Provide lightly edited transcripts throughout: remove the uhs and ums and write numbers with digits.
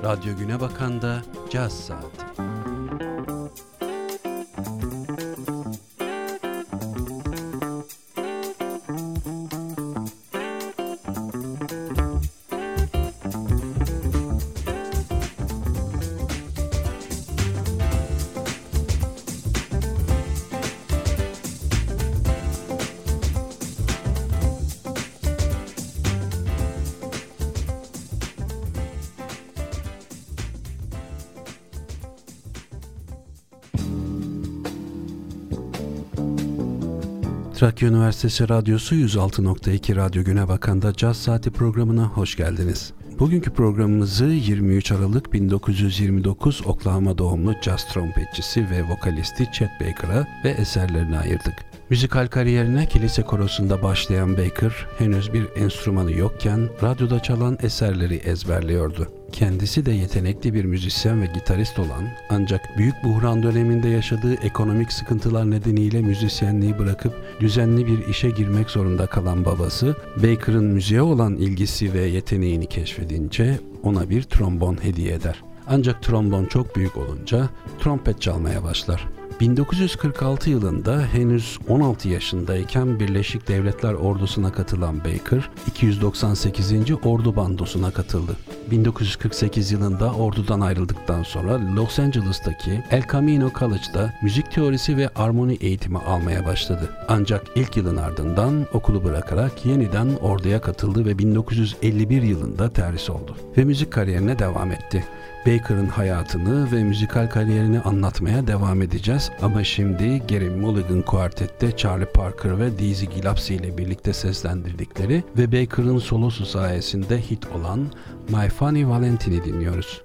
Radyo Güne Bakan'da Caz Saati. Trakya Üniversitesi Radyosu 106.2 Radyo Güne Bakan'da Caz Saati programına hoş geldiniz. Bugünkü programımızı 23 Aralık 1929 Oklahoma doğumlu caz trompetçisi ve vokalisti Chet Baker'a ve eserlerine ayırdık. Müzikal kariyerine kilise korosunda başlayan Baker, henüz bir enstrümanı yokken radyoda çalan eserleri ezberliyordu. Kendisi de yetenekli bir müzisyen ve gitarist olan, ancak büyük buhran döneminde yaşadığı ekonomik sıkıntılar nedeniyle müzisyenliği bırakıp düzenli bir işe girmek zorunda kalan babası, Baker'ın müziğe olan ilgisi ve yeteneğini keşfedince ona bir trombon hediye eder. Ancak trombon çok büyük olunca trompet çalmaya başlar. 1946 yılında henüz 16 yaşındayken Birleşik Devletler Ordusu'na katılan Baker, 298. Ordu Bandosu'na katıldı. 1948 yılında ordudan ayrıldıktan sonra Los Angeles'taki El Camino College'da müzik teorisi ve armoni eğitimi almaya başladı. Ancak ilk yılın ardından okulu bırakarak yeniden orduya katıldı ve 1951 yılında terhis oldu ve müzik kariyerine devam etti. Baker'ın hayatını ve müzikal kariyerini anlatmaya devam edeceğiz ama şimdi Gary Mulligan Quartet'te Charlie Parker ve Dizzy Gillespie ile birlikte seslendirdikleri ve Baker'ın solosu sayesinde hit olan My Funny Valentine'i dinliyoruz.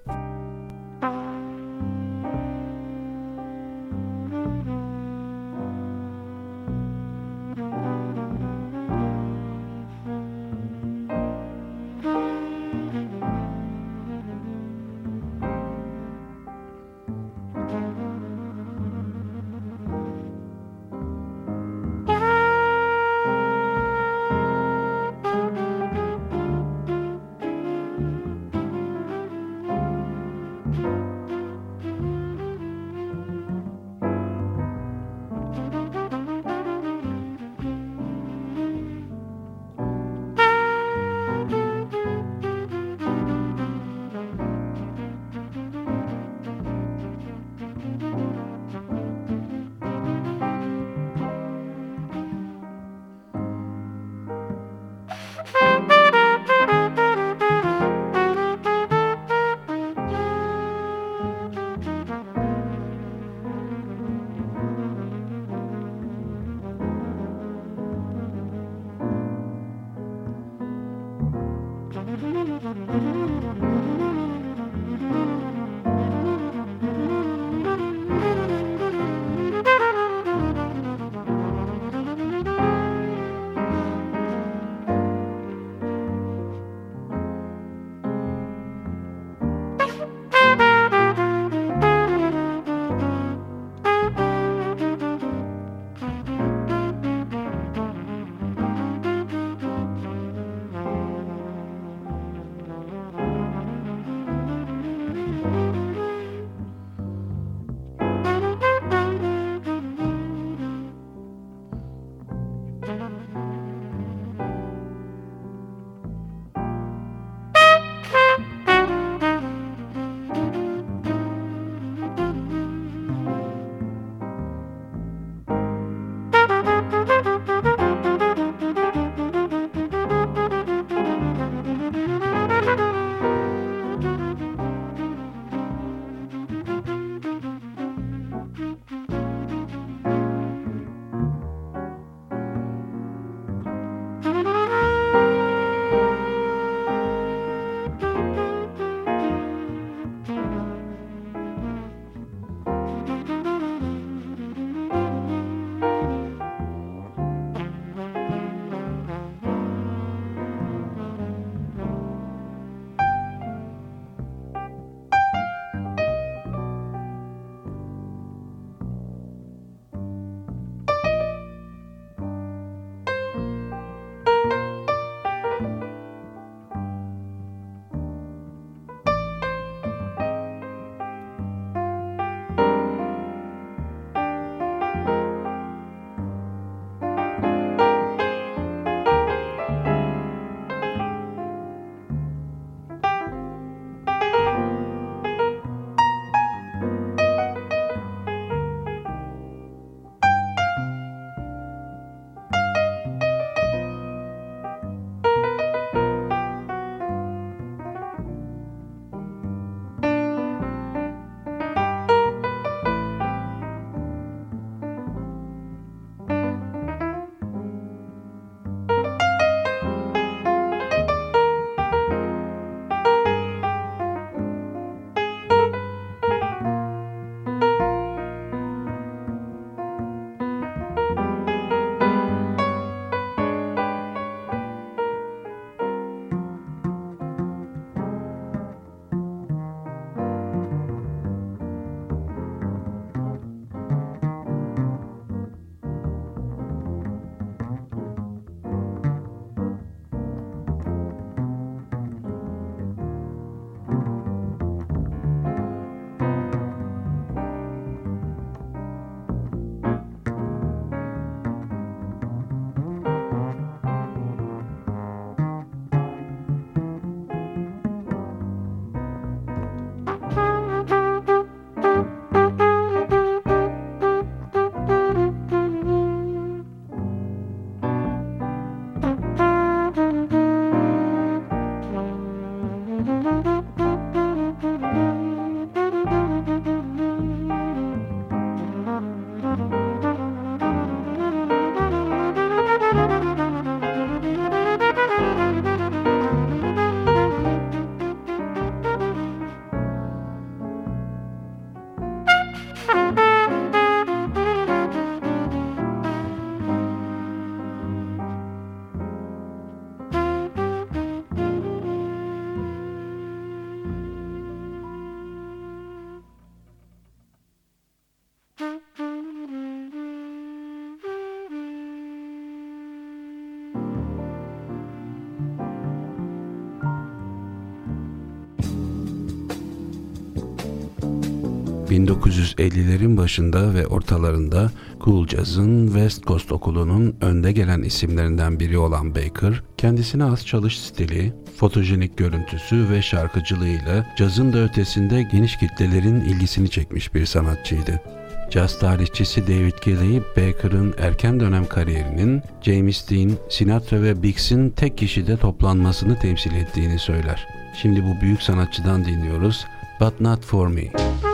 1950'lerin başında ve ortalarında Cool Jazz'ın West Coast okulunun önde gelen isimlerinden biri olan Baker, kendisine az çalış stili, fotojenik görüntüsü ve şarkıcılığıyla cazın da ötesinde geniş kitlelerin ilgisini çekmiş bir sanatçıydı. Caz tarihçisi David Gilly, Baker'ın erken dönem kariyerinin James Dean, Sinatra ve Biggs'in tek kişide toplanmasını temsil ettiğini söyler. Şimdi bu büyük sanatçıdan dinliyoruz, But Not For Me.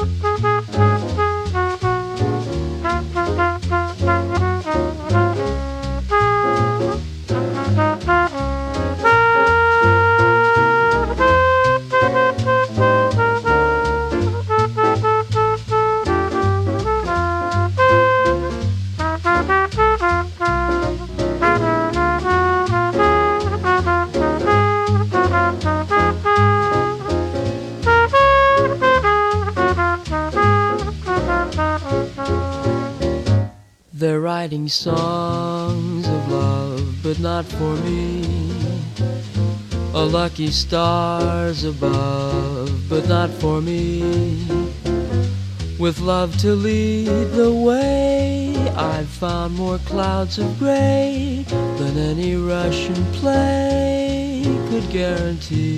They're writing songs of love, but not for me. A lucky stars above, but not for me. With love to lead the way, I've found more clouds of gray than any Russian play could guarantee.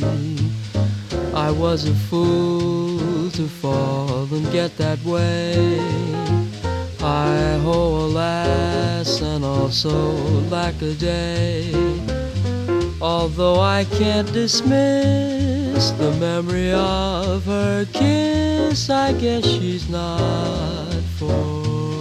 I was a fool to fall and get that way. Hi-ho, alas, and also lack a day. Although I can't dismiss the memory of her kiss, I guess she's not for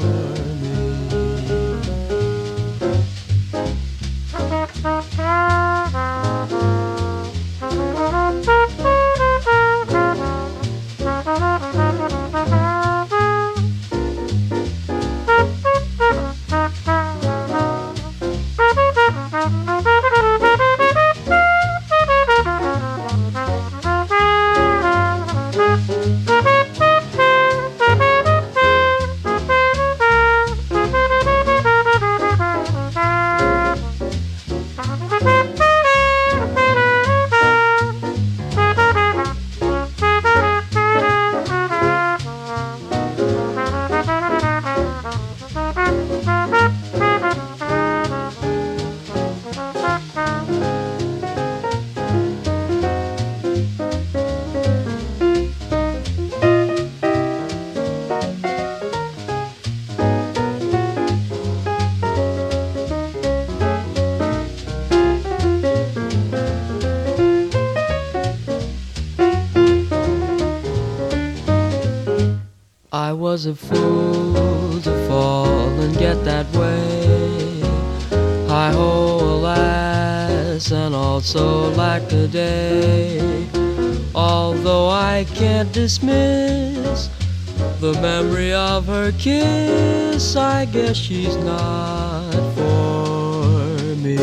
I was a fool to fall and get that way. Hi-ho, alas, and also lack a day. Although I can't dismiss the memory of her kiss, I guess she's not for me.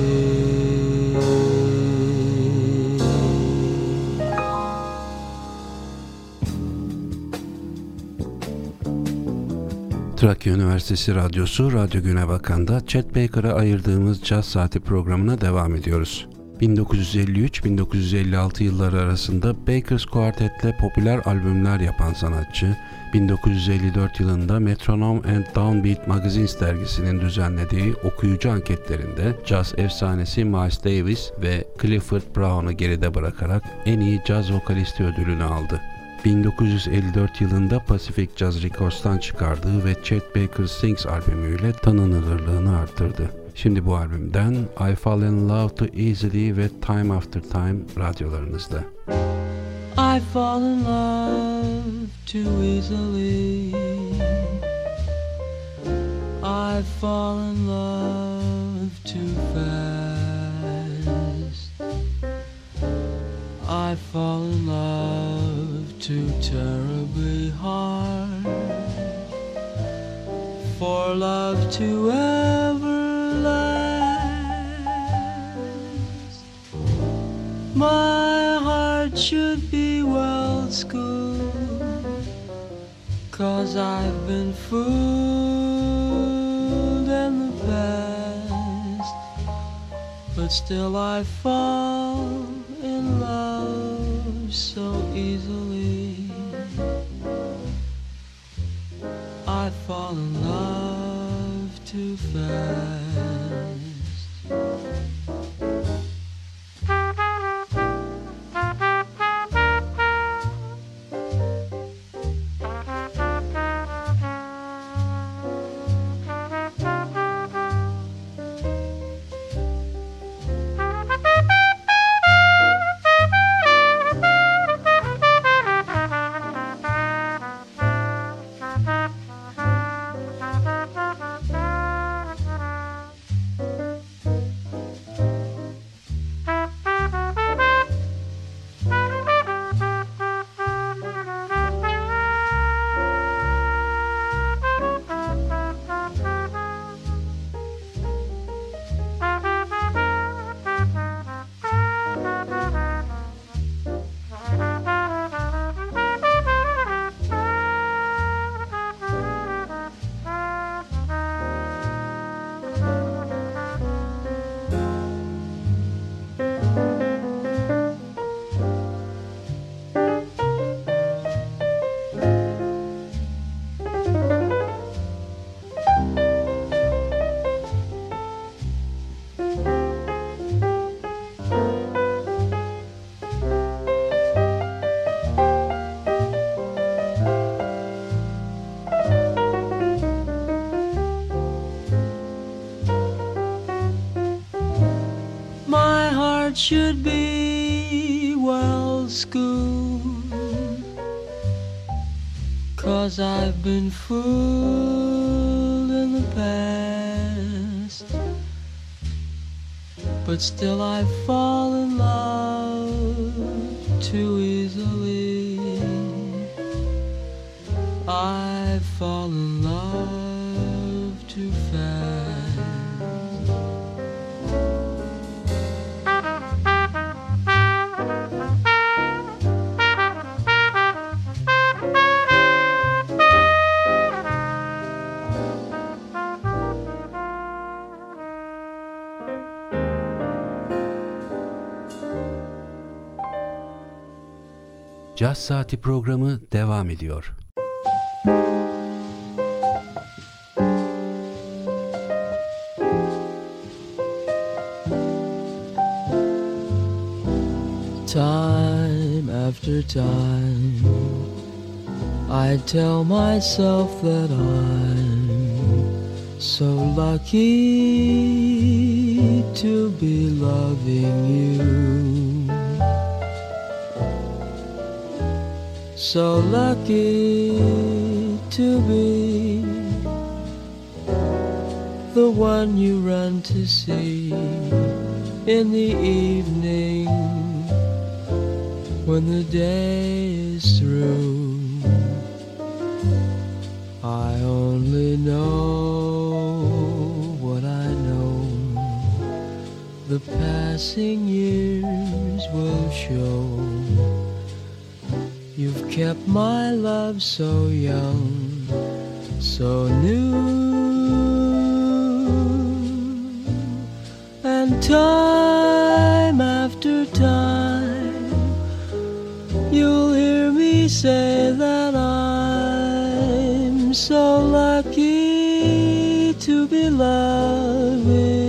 Trakya Üniversitesi Radyosu, Radyo Güne Bakan'da Chet Baker'a ayırdığımız Caz Saati programına devam ediyoruz. 1953-1956 yılları arasında Baker's Quartet'le popüler albümler yapan sanatçı, 1954 yılında Metronome and Downbeat Magazines dergisinin düzenlediği okuyucu anketlerinde caz efsanesi Miles Davis ve Clifford Brown'u geride bırakarak en iyi caz vokalisti ödülünü aldı. 1954 yılında Pacific Jazz Records'tan çıkardığı ve Chet Baker Sings albümüyle tanınırlığını arttırdı. Şimdi bu albümden I Fall in Love Too Easily ve Time After Time radyolarınızda. I fall in love too easily. I fall in love too fast. I fall in love too terribly hard for love to ever last. My heart should be well schooled, 'cause I've been fooled in the past, but still I fall in love so easily. fall in love too fast. Should be well schooled, 'cause I've been fooled in the past, but still I fall in love too easily. I fall in love too fast. Caz Saati programı devam ediyor. Time after time, I tell myself that I'm so lucky to be loving you. So lucky to be the one you run to see in the evening when the day is through. I only know what I know. The passing years will show. You've kept my love so young, so new, and time after time you'll hear me say that I'm so lucky to be loving.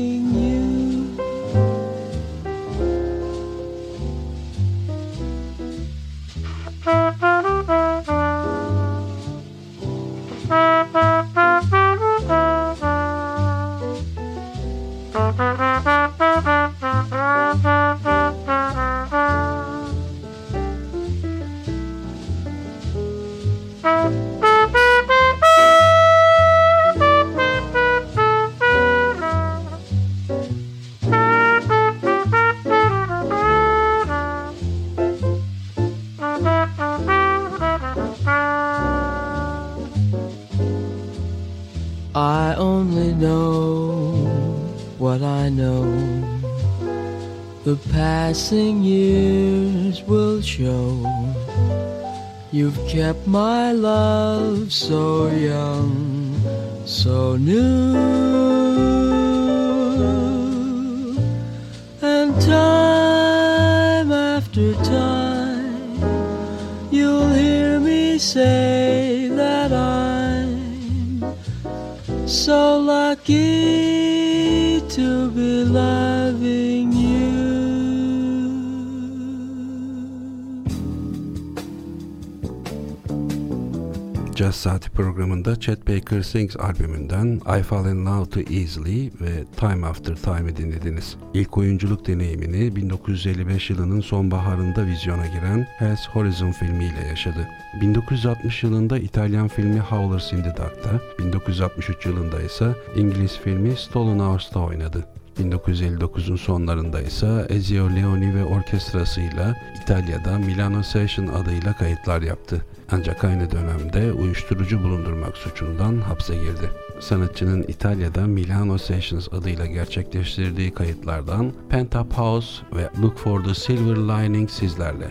I only know what I know. The passing years will show. You've kept my love so young, so new, and time after time you'll hear me say that I'm so lucky to be loving you. Caz Saati programında Chet Baker Sings albümünden I Fall in Love Too Easily ve Time After Time'ı dinlediniz. İlk oyunculuk deneyimini 1955 yılının sonbaharında vizyona giren Hell's Horizon filmiyle yaşadı. 1960 yılında İtalyan filmi Howlers in the Dark'ta, 1963 yılında ise İngiliz filmi Stolen House'ta oynadı. 1959'un sonlarında ise Ezio Leoni ve orkestrasıyla İtalya'da Milano Session adıyla kayıtlar yaptı. Ancak aynı dönemde uyuşturucu bulundurmak suçundan hapse girdi. Sanatçının İtalya'da Milano Sessions adıyla gerçekleştirdiği kayıtlardan Pent-Up House ve Look for the Silver Lining sizlerle.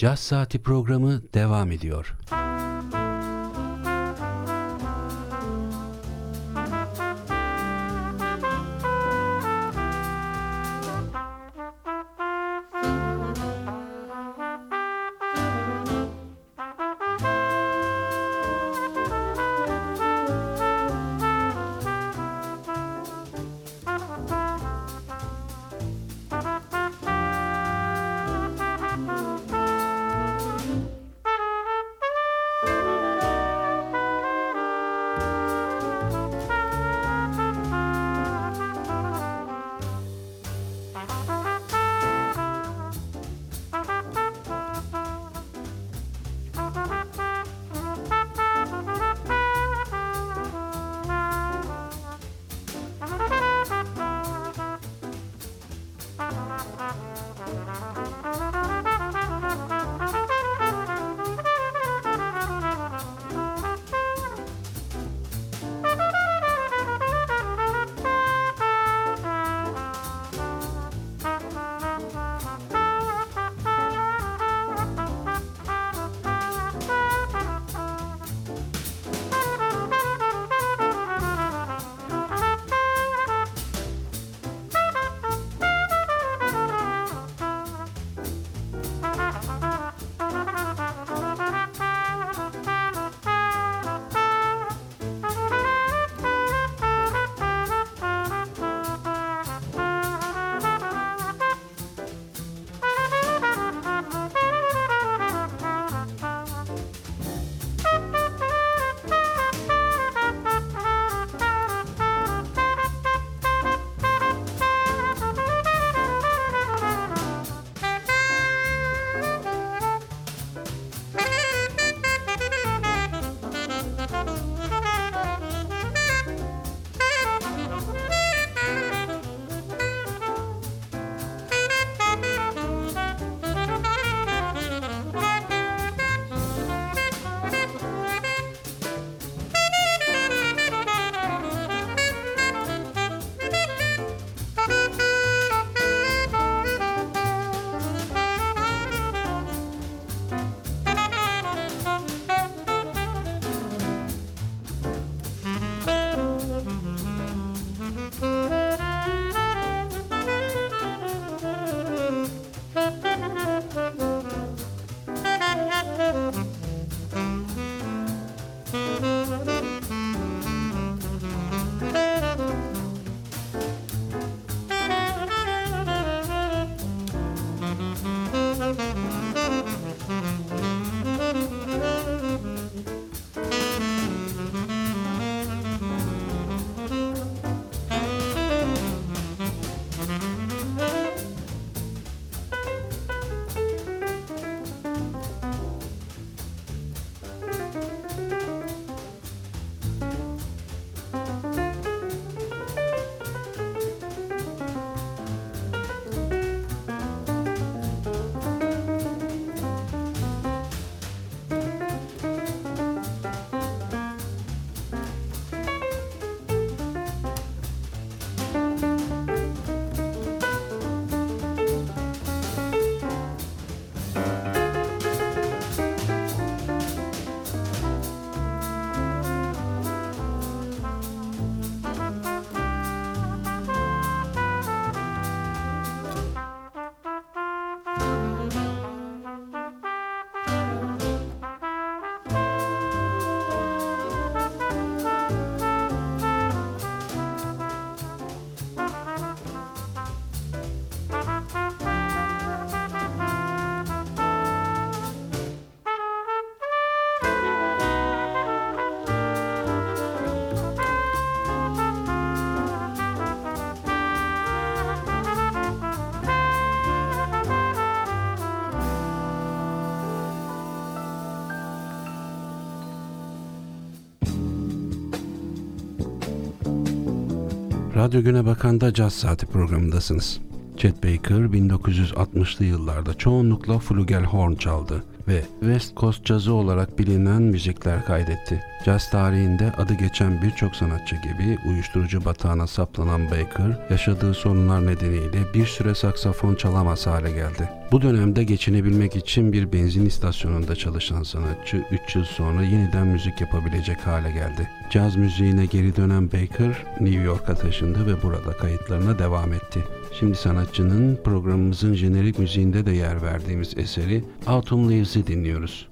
Caz Saati programı devam ediyor. Radyo Güne Bakan'da Caz Saati programındasınız. Chet Baker 1960'lı yıllarda çoğunlukla flugelhorn çaldı ve West Coast cazı olarak bilinen müzikler kaydetti. Caz tarihinde adı geçen birçok sanatçı gibi uyuşturucu batağına saplanan Baker, yaşadığı sorunlar nedeniyle bir süre saksafon çalamaz hale geldi. Bu dönemde geçinebilmek için bir benzin istasyonunda çalışan sanatçı 3 yıl sonra yeniden müzik yapabilecek hale geldi. Caz müziğine geri dönen Baker, New York'a taşındı ve burada kayıtlarına devam etti. Şimdi sanatçının programımızın jenerik müziğinde de yer verdiğimiz eseri Autumn Leaves'i dinliyoruz.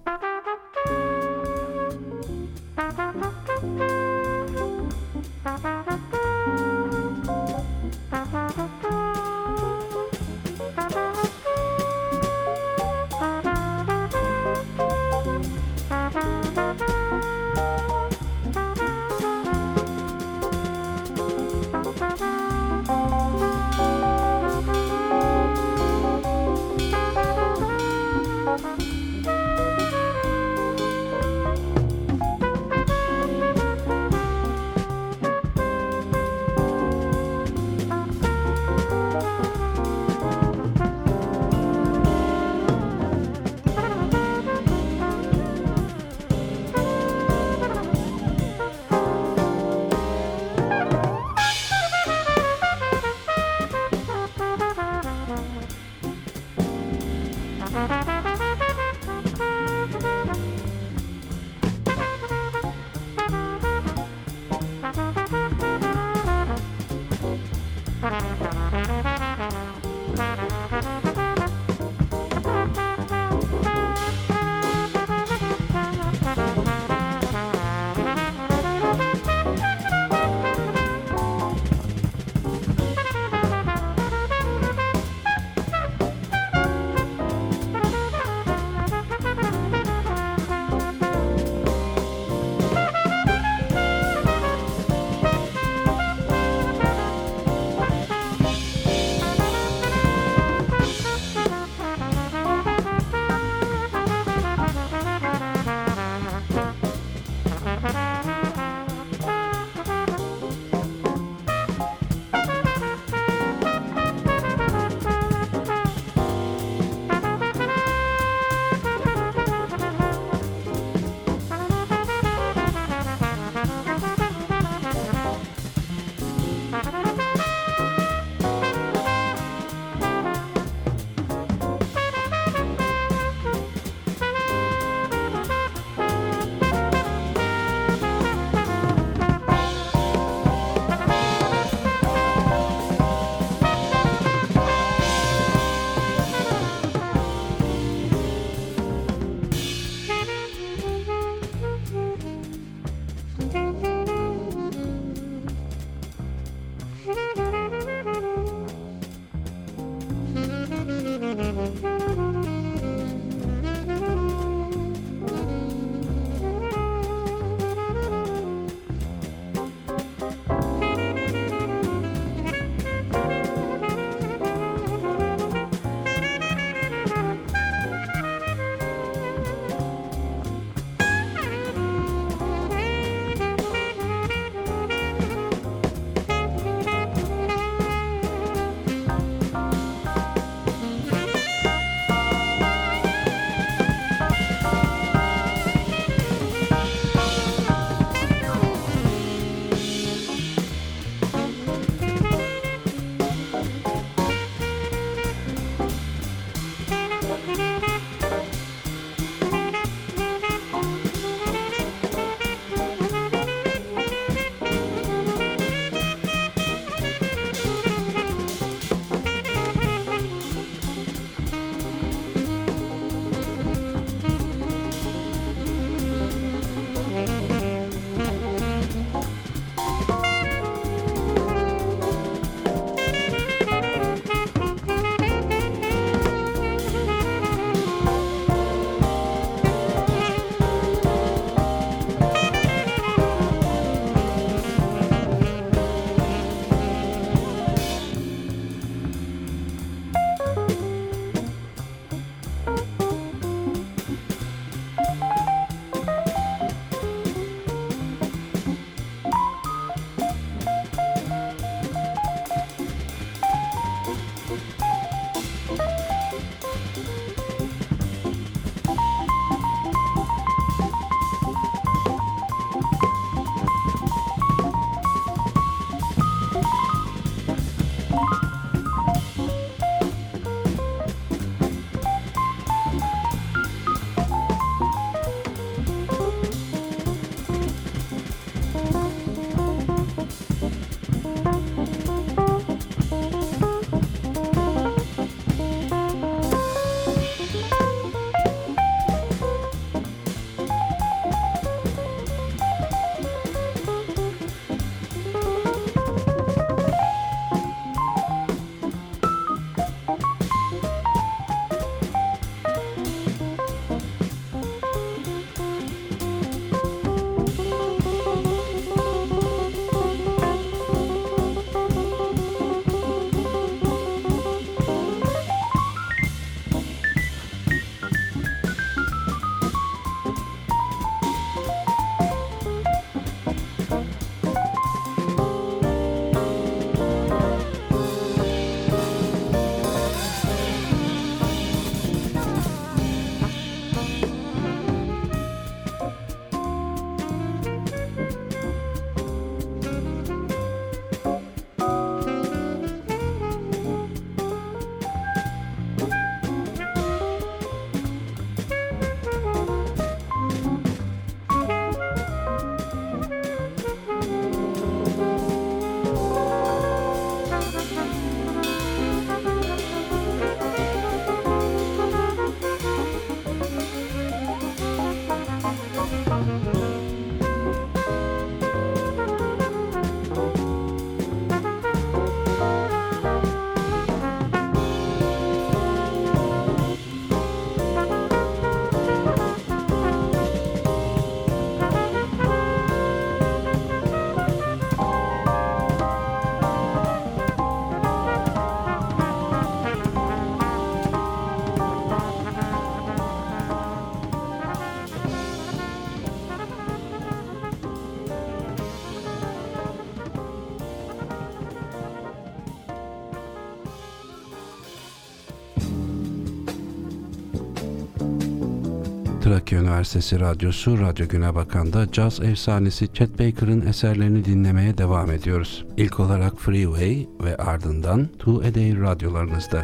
Trakya Üniversitesi Radyosu Radyo Güne Bakan'da caz efsanesi Chet Baker'ın eserlerini dinlemeye devam ediyoruz. İlk olarak Freeway ve ardından Two A Day radyolarınızda.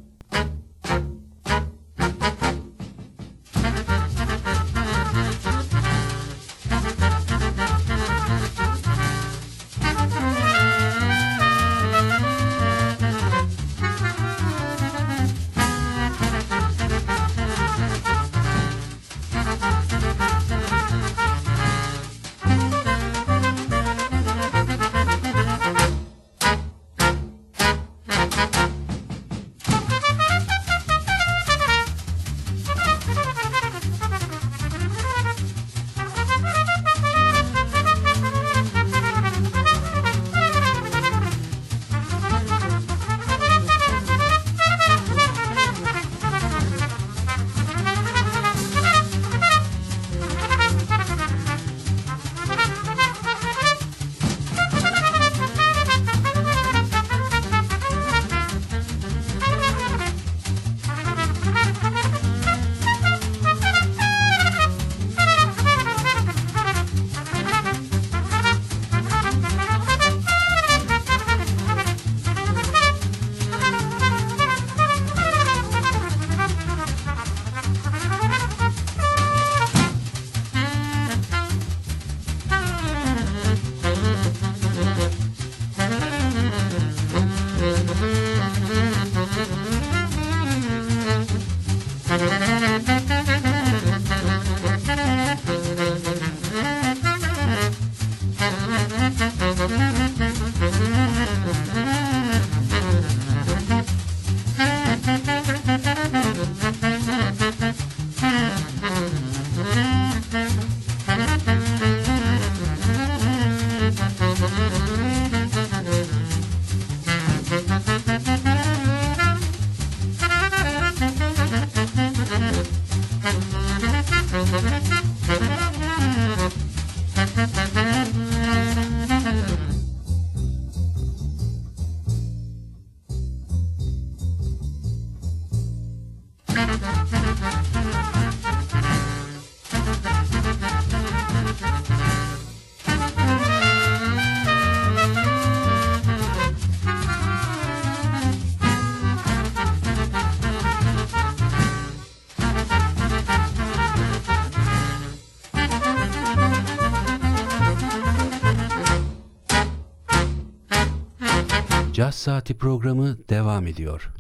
Caz Saati programı devam ediyor.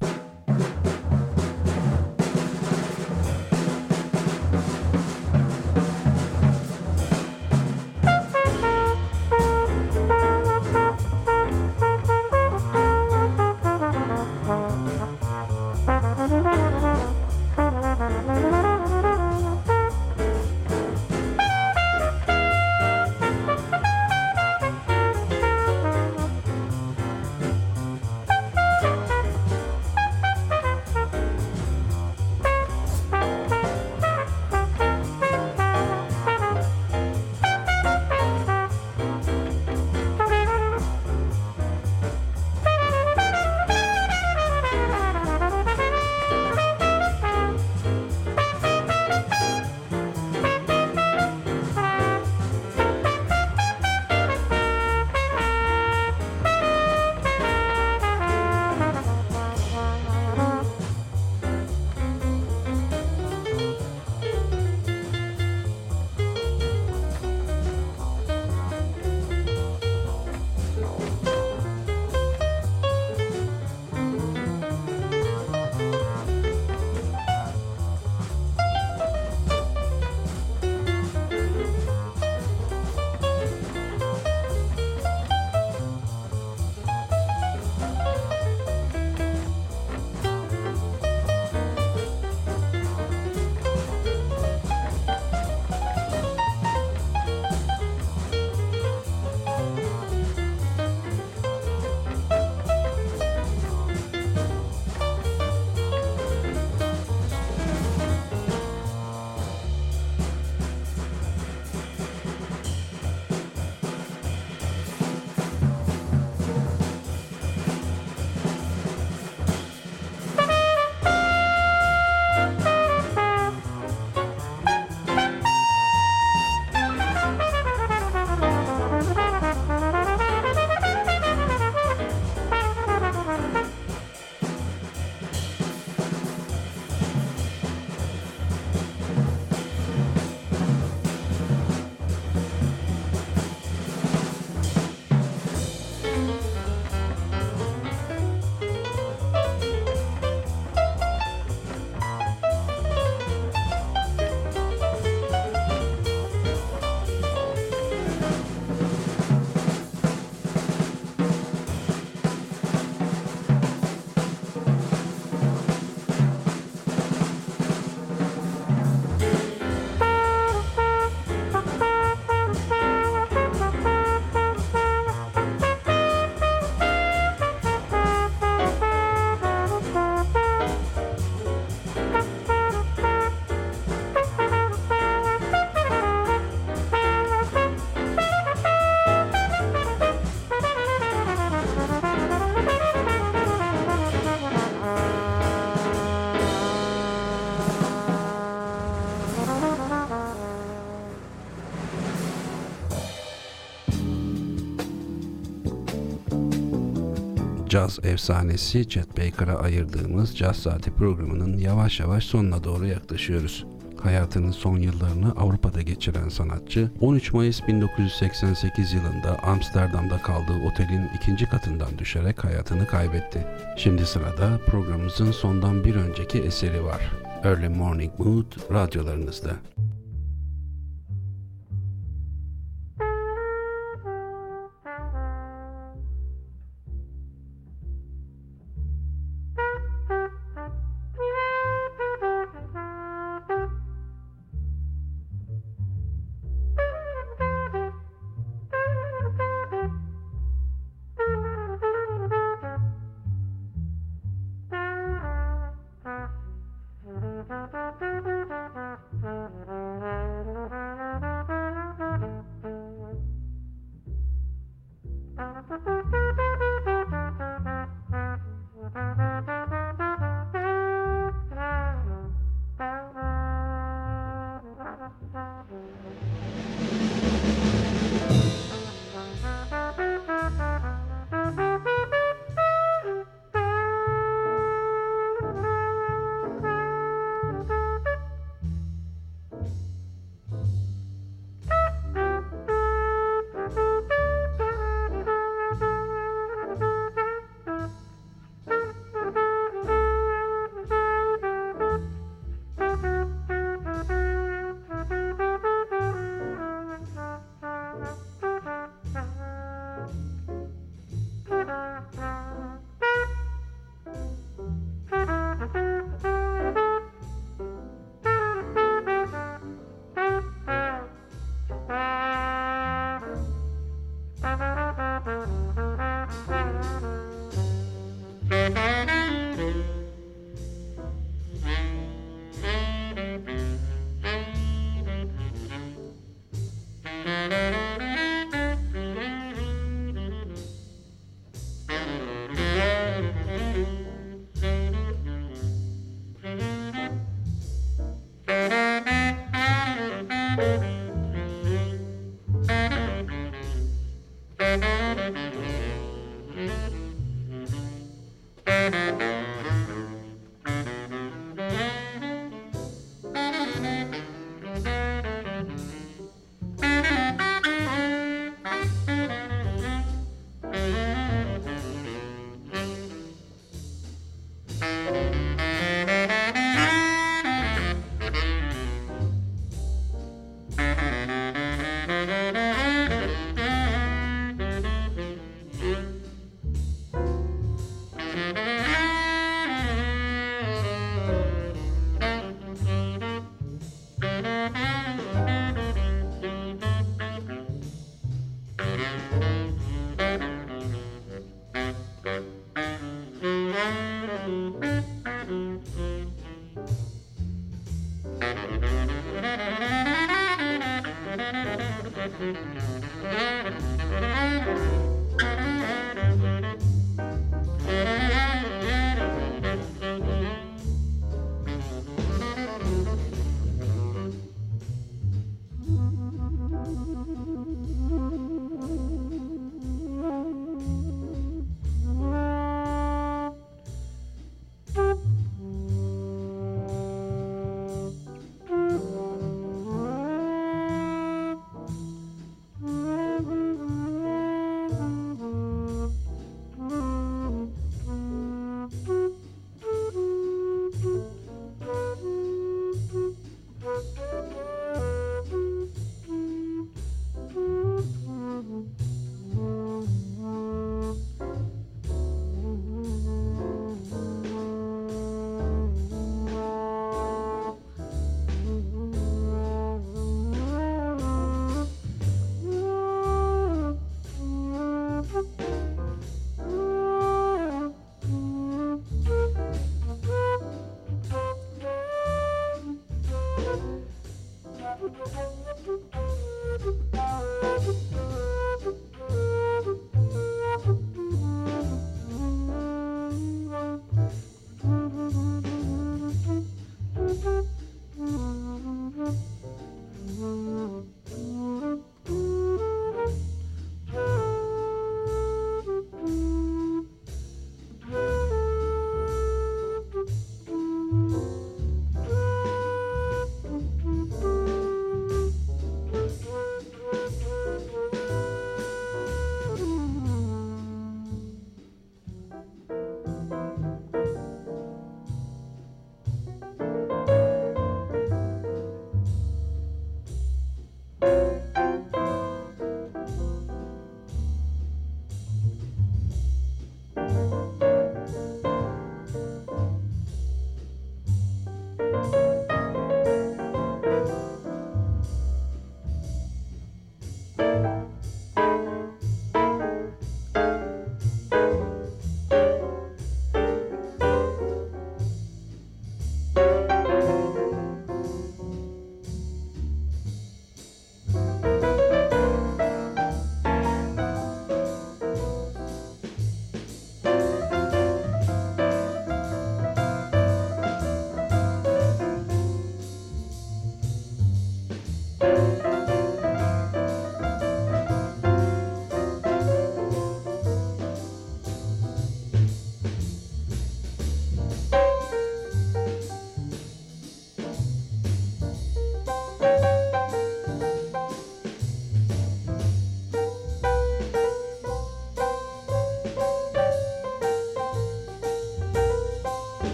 caz efsanesi Chet Baker'a ayırdığımız Caz Saati programının yavaş yavaş sonuna doğru yaklaşıyoruz. Hayatının son yıllarını Avrupa'da geçiren sanatçı, 13 Mayıs 1988 yılında Amsterdam'da kaldığı otelin 2. katından düşerek hayatını kaybetti. Şimdi sırada programımızın sondan bir önceki eseri var. Early Morning Mood radyolarınızda.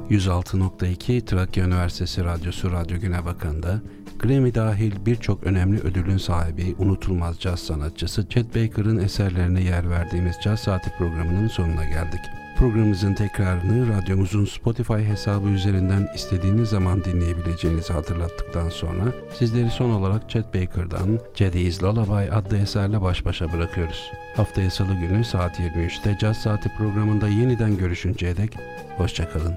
106.2 Trakya Üniversitesi Radyosu Radyo Güne Bakan'da Grammy dahil birçok önemli ödülün sahibi unutulmaz caz sanatçısı Chet Baker'ın eserlerine yer verdiğimiz Caz Saati programının sonuna geldik. Programımızın tekrarını radyomuzun Spotify hesabı üzerinden istediğiniz zaman dinleyebileceğinizi hatırlattıktan sonra sizleri son olarak Chet Baker'dan Jedi's Lullaby adlı eserle baş başa bırakıyoruz. Haftaya Salı günü saat 23'te Caz Saati programında yeniden görüşünceye dek hoşçakalın.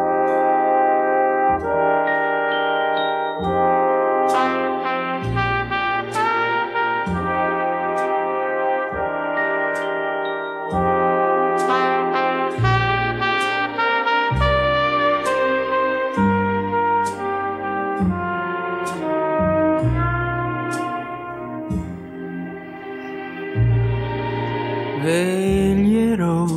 Veglierò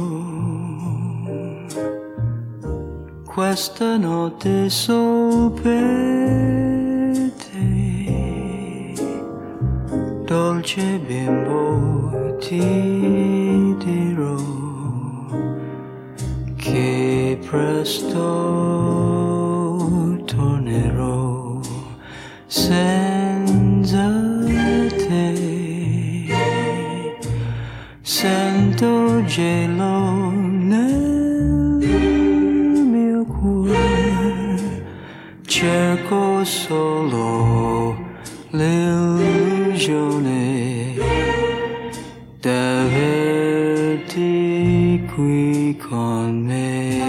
questa notte sol per te, dolce bimbo ti dirò che presto tornerò senza te. Sento gelo nel mio cuore, cerco solo l'illusione d'averti qui con me.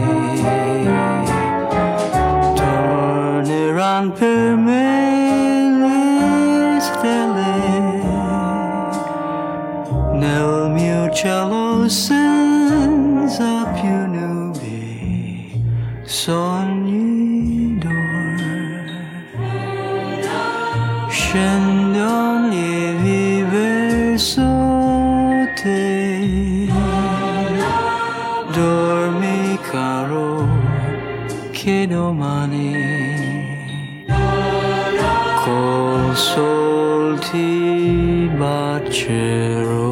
Torneranno per me le stelle nel mio cielo senza più nubi, sogni d'or. Scendono lievi verso te, dormi caro che domani col sol ti bacerò.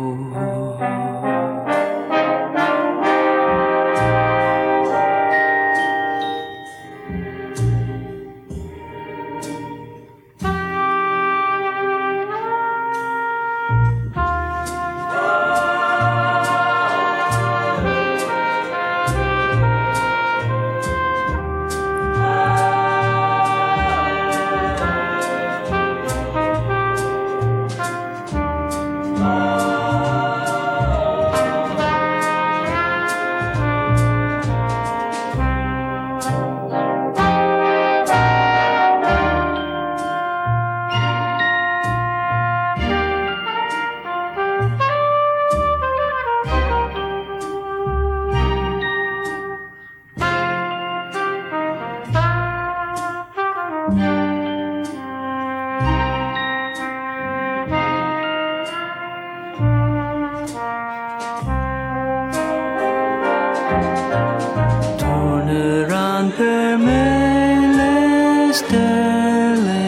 Torneranno per me le stelle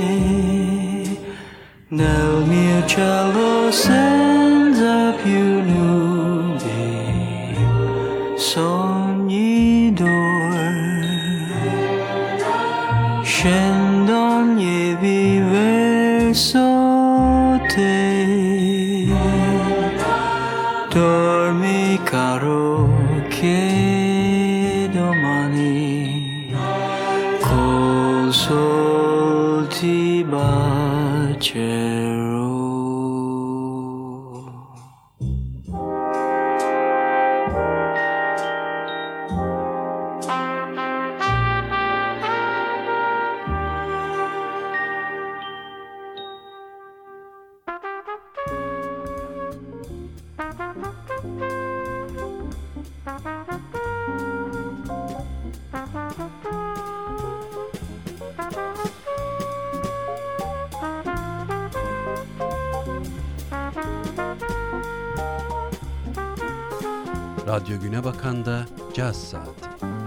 nel mio cielo senza più nubi, sogni d'or. Scendono lievi verso te, dormi caro che domani col sol ti bacerò. Radyo Güne Bakan'da Caz Saati.